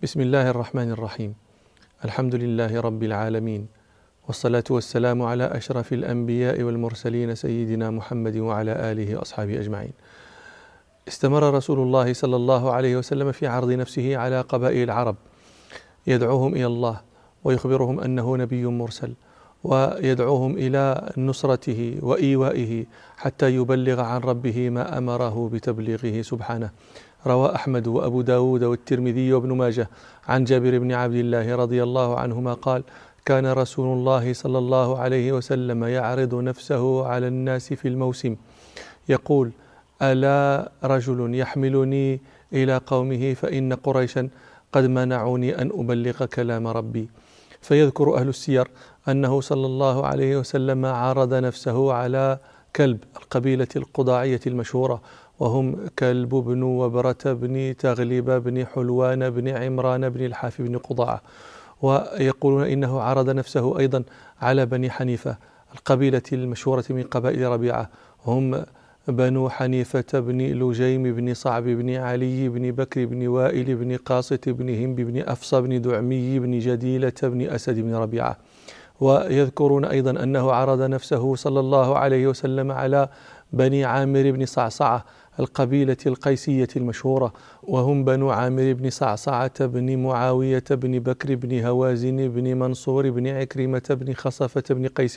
بسم الله الرحمن الرحيم. الحمد لله رب العالمين، والصلاة والسلام على أشرف الأنبياء والمرسلين سيدنا محمد وعلى آله وأصحابه أجمعين. استمر رسول الله صلى الله عليه وسلم في عرض نفسه على قبائل العرب، يدعوهم إلى الله ويخبرهم أنه نبي مرسل، ويدعوهم إلى نصرته وإيوائه حتى يبلغ عن ربه ما أمره بتبليغه سبحانه. روى أحمد وأبو داود والترمذي وابن ماجه عن جابر بن عبد الله رضي الله عنهما قال: كان رسول الله صلى الله عليه وسلم يعرض نفسه على الناس في الموسم يقول: ألا رجل يحملني إلى قومه فإن قريشا قد منعوني أن أبلغ كلام ربي. فيذكر أهل السير أنه صلى الله عليه وسلم عرض نفسه على كلب القبيلة القضاعية المشهورة، وهم كلب بن وبرة بن تغلب بن حلوان بن عمران بن الحاف بن قضاعة. ويقولون إنه عرض نفسه أيضا على بني حنيفة القبيلة المشهورة من قبائل ربيعة، هم بنو حنيفة بن لجيم بن صعب بن علي بن بكر بن وائل بن قاصة بن هند بن أفصى بن دعمي بن جديلة بن أسد بن ربيعة. ويذكرون أيضا أنه عرض نفسه صلى الله عليه وسلم على بني عامر بن صعصعة القبيلة القيسية المشهورة، وهم بنو عامر بن صعصعة بن معاوية بن بكر بن هوازن بن منصور بن عكرمة بن خصفة بن قيس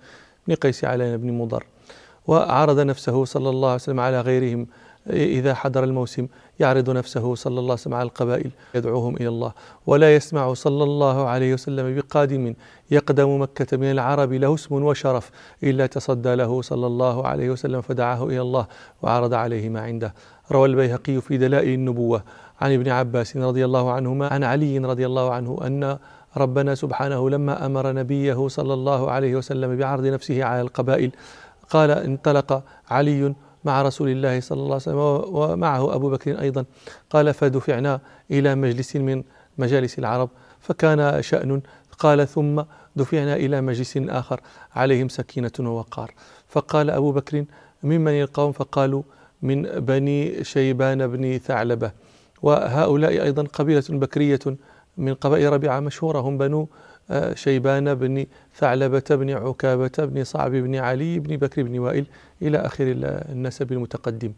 عيلان بن مضر. وعرض نفسه صلى الله عليه وسلم على غيرهم إذا حضر الموسم، يعرض نفسه صلى الله عليه وسلم على القبائل يدعوهم إلى الله. ولا يسمع صلى الله عليه وسلم بقادم يقدم مكة من العرب له اسم وشرف إلا تصدى له صلى الله عليه وسلم فدعاه إلى الله وعرض عليه ما عنده. روى البيهقي في دلائل النبوة عن ابن عباس رضي الله عنهما عن علي رضي الله عنه أن ربنا سبحانه لما أمر نبيه صلى الله عليه وسلم بعرض نفسه على القبائل قال: انطلق علي مع رسول الله صلى الله عليه وسلم ومعه أبو بكر أيضا، قال: فدفعنا إلى مجلس من مجالس العرب فكان شأن، قال: ثم دفعنا إلى مجلس آخر عليهم سكينة ووقار، فقال أبو بكر: ممن القوم؟ فقالوا: من بني شيبان بن ثعلبة. وهؤلاء أيضا قبيلة بكرية من قبائل ربيعة مشهورة، هم بنو شيبان بن ثعلبة بن عكابة بن صعب بن علي بن بكر بن وائل إلى آخر النسب المتقدم.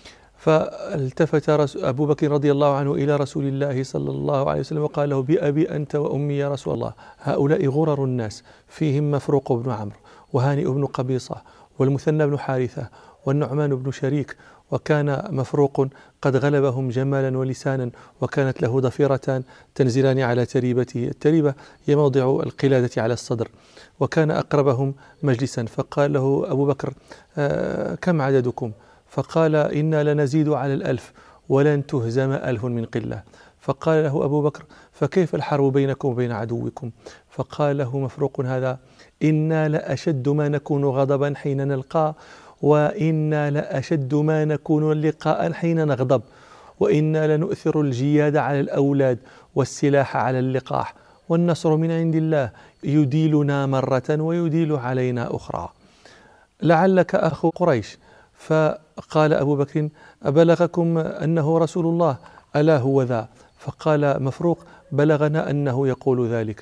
فالتفت أبو بكر رضي الله عنه إلى رسول الله صلى الله عليه وسلم وقال له: بأبي أنت وأمي يا رسول الله، هؤلاء غرر الناس، فيهم مفروق بن عمرو وهانئ بن قبيصة والمثنى بن حارثة والنعمان بن شريك، وكان مفروق قد غلبهم جمالا ولسانا، وكانت له ضفيرتان تنزلان على تريبته، التريبة هي موضع القلادة على الصدر، وكان أقربهم مجلسا. فقال له أبو بكر: كم عددكم؟ فقال: إنا لنزيد على 1000 ولن تهزم 1000 من قلة. فقال له أبو بكر: فكيف الحرب بينكم وبين عدوكم؟ فقال له مفروق هذا: إنا لأشد ما نكون غضبا حين نلقى، وإنا لأشد ما نكون لقاء حين نغضب، وإنا لنؤثر الجياد على الأولاد والسلاح على اللقاح، والنصر من عند الله يديلنا مرة ويديل علينا أخرى، لعلك أخو قريش. فقال أبو بكر: أبلغكم أنه رسول الله؟ ألا هو ذا؟ فقال مفروق: بلغنا أنه يقول ذلك،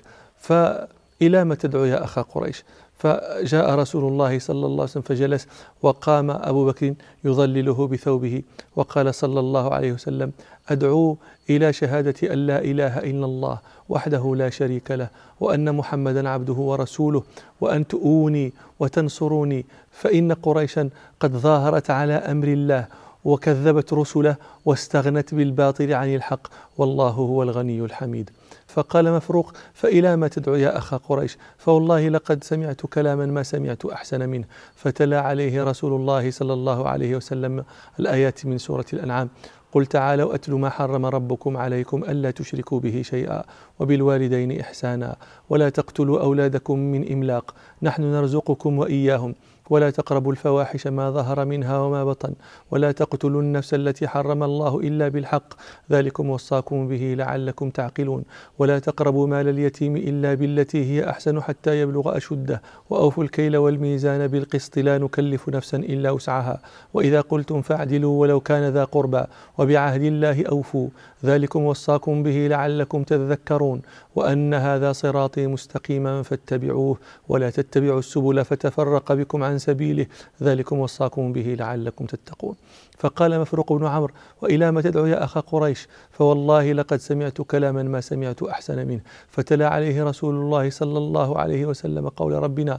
فإلى ما تدعو يا أخا قريش؟ فجاء رسول الله صلى الله عليه وسلم فجلس، وقام أبو بكر يظلله بثوبه، وقال صلى الله عليه وسلم: أدعو إلى شهادة أن لا إله إلا الله وحده لا شريك له، وأن محمدا عبده ورسوله، وأن تؤوني وتنصروني، فإن قريشا قد ظاهرت على أمر الله وكذبت رسله واستغنت بالباطل عن الحق، والله هو الغني الحميد. فقال مفروق: فإلى ما تدعو يا أخا قريش؟ فوالله لقد سمعت كلاما ما سمعت أحسن منه. فتلا عليه رسول الله صلى الله عليه وسلم الآيات من سورة الأنعام: قل تعالوا أتل ما حرم ربكم عليكم ألا تشركوا به شيئا وبالوالدين إحسانا ولا تقتلوا أولادكم من إملاق نحن نرزقكم وإياهم ولا تقربوا الفواحش ما ظهر منها وما بطن ولا تقتلوا النفس التي حرم الله إلا بالحق ذلكم وصاكم به لعلكم تعقلون ولا تقربوا مال اليتيم إلا بالتي هي أحسن حتى يبلغ أشده وأوفوا الكيل والميزان بالقسط لا نكلف نفسا إلا وسعها وإذا قلتم فاعدلوا ولو كان ذا قربى وبعهد الله أوفوا ذلكم وصاكم به لعلكم تذكرون وأن هذا صراطي مستقيما فاتبعوه ولا تتبعوا السبل فتفرق بكم عن سبيله ذلكم وصاكم به لعلكم تتقون. فقال مفروق بن عمرو: وإلى ما تدعو يا أخا قريش؟ فوالله لقد سمعت كلاما ما سمعت أحسن منه. فتلا عليه رسول الله صلى الله عليه وسلم قول ربنا: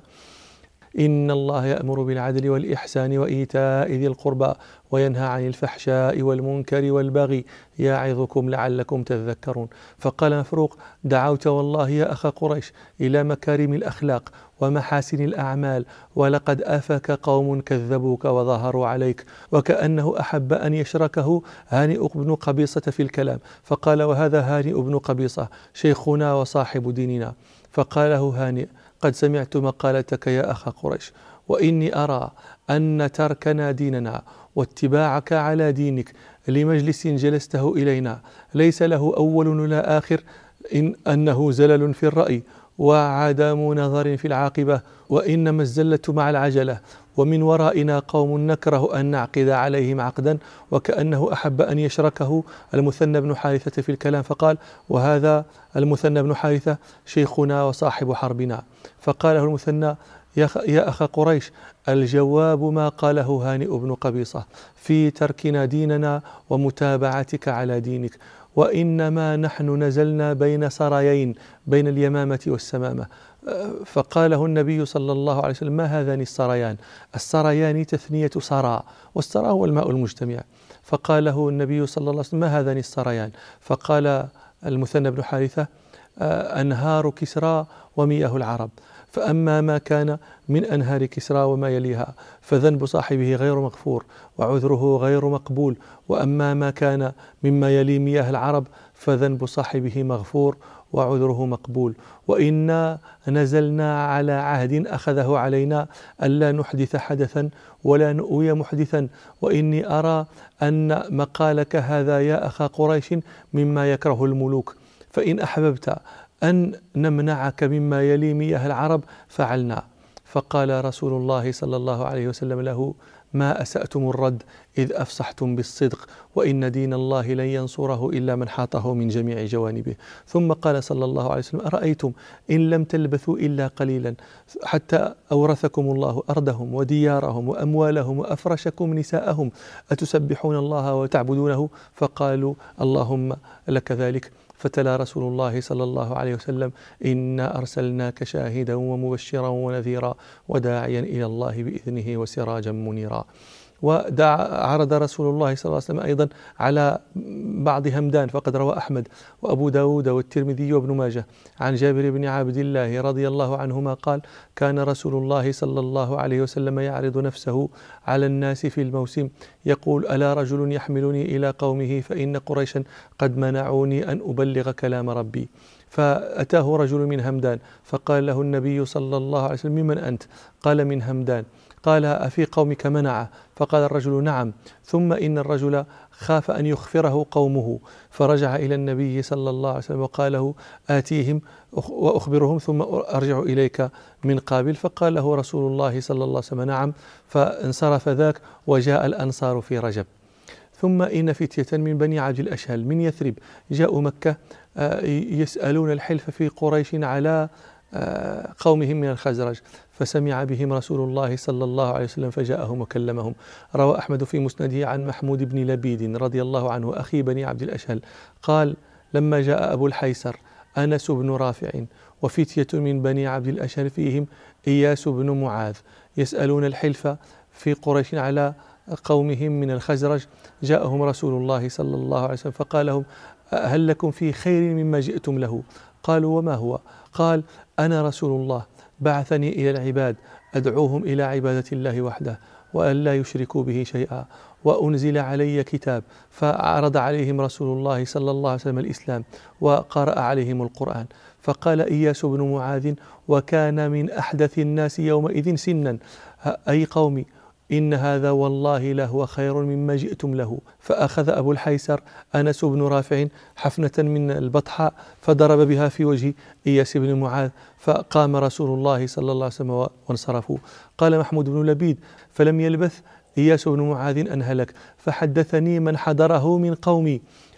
إن الله يأمر بالعدل والإحسان وإيتاء ذي القربى وينهى عن الفحشاء والمنكر والبغي يعظكم لعلكم تذكرون. فقال مفروق: دعوت والله يا أخا قريش إلى مكارم الأخلاق ومحاسن الأعمال، ولقد أفك قوم كذبوك وظهروا عليك. وكأنه أحب أن يشركه هانئ بن قبيصة في الكلام، فقال: وهذا هانئ بن قبيصة شيخنا وصاحب ديننا. فقال له هانئ: قد سمعت مقالتك يا أخا قريش، وإني أرى أن تركنا ديننا واتباعك على دينك لمجلس جلسته إلينا ليس له أول ولا آخر، إن أنه زلل في الرأي وعدم نظر في العاقبة، وإنما الزلة مع العجلة، ومن ورائنا قوم نكره أن نعقد عليهم عقدا. وكأنه أحب أن يشركه المثنى بن حارثة في الكلام، فقال: وهذا المثنى بن حارثة شيخنا وصاحب حربنا. فقال له المثنى: يا أخا قريش، الجواب ما قاله هانئ بن قبيصة في تركنا ديننا ومتابعتك على دينك، وإنما نحن نزلنا بين سرايين بين اليمامة والسمامة. فقاله النبي صلى الله عليه وسلم: ما هذان السريان؟ السريان تثنية سرى، والسرى هو الماء المجتمع. فقاله النبي صلى الله عليه وسلم: ما هذان السريان؟ فقال المثنى بن حارثة: أنهار كسرى ومياه العرب، فأما ما كان من أنهار كسرى وما يليها فذنب صاحبه غير مغفور وعذره غير مقبول، وأما ما كان مما يلي مياه العرب فذنب صاحبه مغفور وعذره مقبول. وإنا نزلنا على عهد أخذه علينا ألا نحدث حدثا ولا نؤوي محدثا، وإني أرى أن مقالك هذا يا أخا قريش مما يكره الملوك، فإن أحببت أن نمنعك مما يلي مياه العرب فعلنا. فقال رسول الله صلى الله عليه وسلم له: ما أسأتم الرد إذ أفصحتم بالصدق، وإن دين الله لن ينصره إلا من حاطه من جميع جوانبه. ثم قال صلى الله عليه وسلم: أرأيتم إن لم تلبثوا إلا قليلا حتى أورثكم الله أرضهم وديارهم وأموالهم وأفرشكم نساءهم أتسبحون الله وتعبدونه؟ فقالوا: اللهم لك ذلك. فتلا رسول الله صلى الله عليه وسلم: إنا أرسلناك شاهدا ومبشرا ونذيرا وداعيا إلى الله بإذنه وسراجا منيرا. وعرض رسول الله صلى الله عليه وسلم أيضا على بعض همدان، فقد روى أحمد وأبو داود والترمذي وابن ماجه عن جابر بن عبد الله رضي الله عنهما قال: كان رسول الله صلى الله عليه وسلم يعرض نفسه على الناس في الموسم يقول: ألا رجل يحملني إلى قومه فإن قريشا قد منعوني أن أبلغ كلام ربي. فأتاه رجل من همدان فقال له النبي صلى الله عليه وسلم: ممن أنت؟ قال: من همدان. قال: أفي قومك منعه؟ فقال الرجل: نعم. ثم إن الرجل خاف أن يخفره قومه فرجع إلى النبي صلى الله عليه وسلم وقال له: آتيهم وأخبرهم ثم أرجع إليك من قابل. فقال له رسول الله صلى الله عليه وسلم: نعم. فانصرف ذاك وجاء الأنصار في رجب. ثم إن فتية من بني عبد الأشهل من يثرب جاءوا مكة يسألون الحلف في قريش على قومهم من الخزرج، فسمع بهم رسول الله صلى الله عليه وسلم فجاءهم وكلمهم. روى أحمد في مسنده عن محمود بن لبيد رضي الله عنه أخي بني عبد الأشهل قال: لما جاء أبو الحيسر أنس بن رافع وفتية من بني عبد الأشهل فيهم إياس بن معاذ يسألون الحلف في قريش على قومهم من الخزرج، جاءهم رسول الله صلى الله عليه وسلم فقال لهم: هل لكم في خير مما جئتم له؟ قالوا: وما هو؟ قال: أنا رسول الله بعثني إلى العباد أدعوهم إلى عبادة الله وحده وأن لا يشركوا به شيئا، وأنزل علي كتاب فعرض عليهم رسول الله صلى الله عليه وسلم الإسلام وقرأ عليهم القرآن. فقال إياس بن معاذ وكان من أحدث الناس يومئذ سنا: أي قومي إن هذا والله لهو خير مما جئتم له. فأخذ أبو الحيسر أنس بن رافع حفنة من البطحاء فضرب بها في وجه إياس بن معاذ، فقام رسول الله صلى الله عليه وسلم وانصرفوا. قال محمود بن لبيد: فلم يلبث إياس بن معاذ أن هلك، فحدثني من حضره من قومي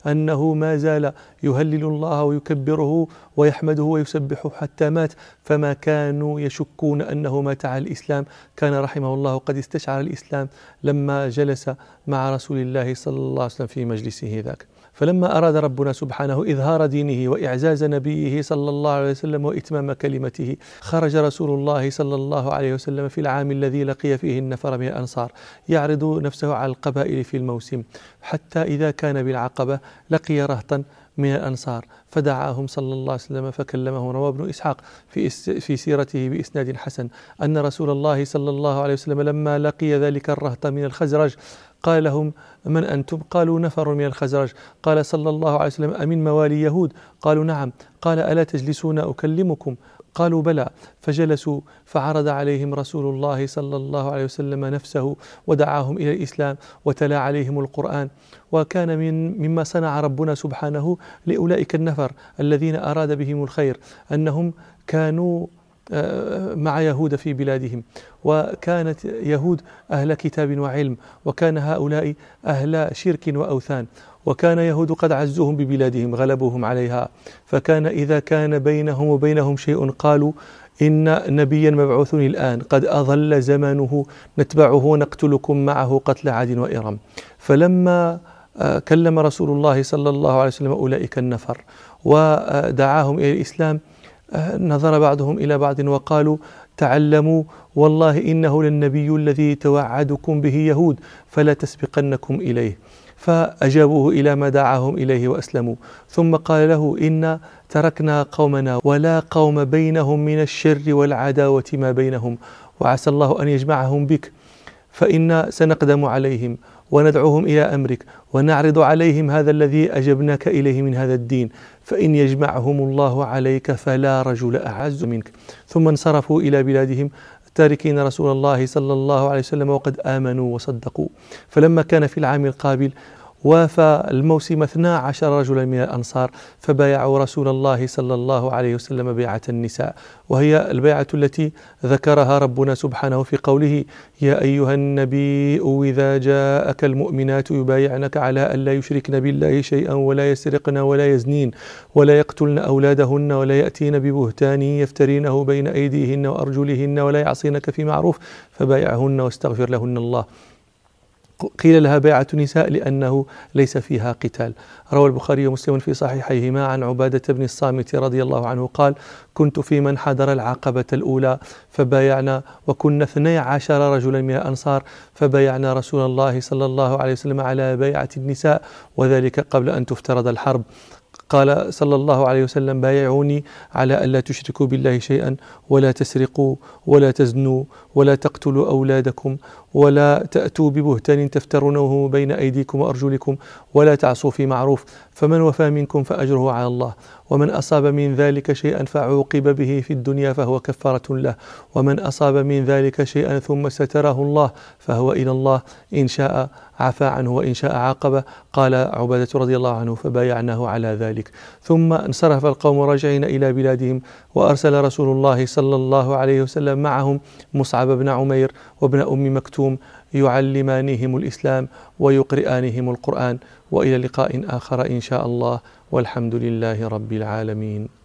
أنه ما زال يهلل الله ويكبره ويحمده ويسبحه حتى مات، فما كانوا يشكون أنه مات على الإسلام. كان رحمه الله قد استشعر الإسلام لما جلس مع رسول الله صلى الله عليه وسلم في مجلسه ذاك. فلما أراد ربنا سبحانه إظهار دينه وإعزاز نبيه صلى الله عليه وسلم وإتمام كلمته، خرج رسول الله صلى الله عليه وسلم في العام الذي لقي فيه النفر من الأنصار يعرض نفسه على القبائل في الموسم، حتى إذا كان بالعقبة لقي رهطا من الأنصار فدعاهم صلى الله عليه وسلم فكلمه. روى ابن إسحاق في سيرته بإسناد حسن أن رسول الله صلى الله عليه وسلم لما لقي ذلك الرهط من الخزرج قال لهم: من أنتم؟ قالوا: نفر من الخزرج. قال صلى الله عليه وسلم: أمن موالي يهود؟ قالوا: نعم. قال: ألا تجلسون أكلمكم؟ قالوا: بلى. فجلسوا فعرض عليهم رسول الله صلى الله عليه وسلم نفسه ودعاهم إلى الإسلام وتلا عليهم القرآن. وكان مما صنع ربنا سبحانه لأولئك النفر الذين أراد بهم الخير أنهم كانوا مع يهود في بلادهم، وكانت يهود أهل كتاب وعلم، وكان هؤلاء أهل شرك وأوثان، وكان يهود قد عزوهم ببلادهم غلبوهم عليها. فكان إذا كان بينهم وبينهم شيء قالوا: إن نبيا مبعوث الآن قد أظل زمانه نتبعه ونقتلكم معه قتل عاد وإرم. فلما كلم رسول الله صلى الله عليه وسلم أولئك النفر ودعاهم إلى الإسلام، نظر بعضهم إلى بعض وقالوا: تعلموا والله إنه للنبي الذي توعدكم به يهود فلا تسبقنكم إليه. فأجابوه إلى ما دعاهم إليه وأسلموا. ثم قال له: إن تركنا قومنا ولا قوم بينهم من الشر والعداوة ما بينهم، وعسى الله أن يجمعهم بك، فإنا سنقدم عليهم وندعوهم إلى أمرك ونعرض عليهم هذا الذي أجبناك إليه من هذا الدين، فإن يجمعهم الله عليك فلا رجل أعز منك. ثم انصرفوا إلى بلادهم تاركين رسول الله صلى الله عليه وسلم وقد آمنوا وصدقوا. فلما كان في العام القابل وافى الموسم 12 رجلا من الأنصار فبايعوا رسول الله صلى الله عليه وسلم بيعة النساء، وهي البيعة التي ذكرها ربنا سبحانه في قوله: يا أيها النبي إذا جاءك المؤمنات يبايعنك على ألا يشركن بالله شيئا ولا يسرقن ولا يزنين ولا يقتلن أولادهن ولا يأتين ببهتان يفترينه بين أيديهن وأرجلهن ولا يعصينك في معروف فبايعهن واستغفر لهن الله. قيل لها بيعة نساء لأنه ليس فيها قتال. روى البخاري ومسلم في صحيحيهما عن عبادة بن الصامت رضي الله عنه قال: كنت في من حضر العقبة الأولى فبايعنا، وكنا 12 رجلا من الأنصار فبايعنا رسول الله صلى الله عليه وسلم على بيعة النساء، وذلك قبل أن تفترض الحرب. قال صلى الله عليه وسلم: بايعوني على ألا تشركوا بالله شيئا ولا تسرقوا ولا تزنوا ولا تقتلوا أولادكم ولا تأتوا ببهتان تفترونه بين أيديكم وأرجلكم ولا تعصوا في معروف، فمن وفى منكم فأجره على الله، ومن أصاب من ذلك شيئا فعوقب به في الدنيا فهو كفارة له، ومن أصاب من ذلك شيئا ثم ستره الله فهو إلى الله، إن شاء عفى عنه وإن شاء عاقبه. قال عبادة رضي الله عنه: فبايعناه على ذلك. ثم انصرف القوم راجعين إلى بلادهم، وأرسل رسول الله صلى الله عليه وسلم معهم مصعب بن عمير وابن أم مكتوم يعلمانهم الإسلام ويقرئانهم القرآن. وإلى لقاء آخر إن شاء الله، والحمد لله رب العالمين.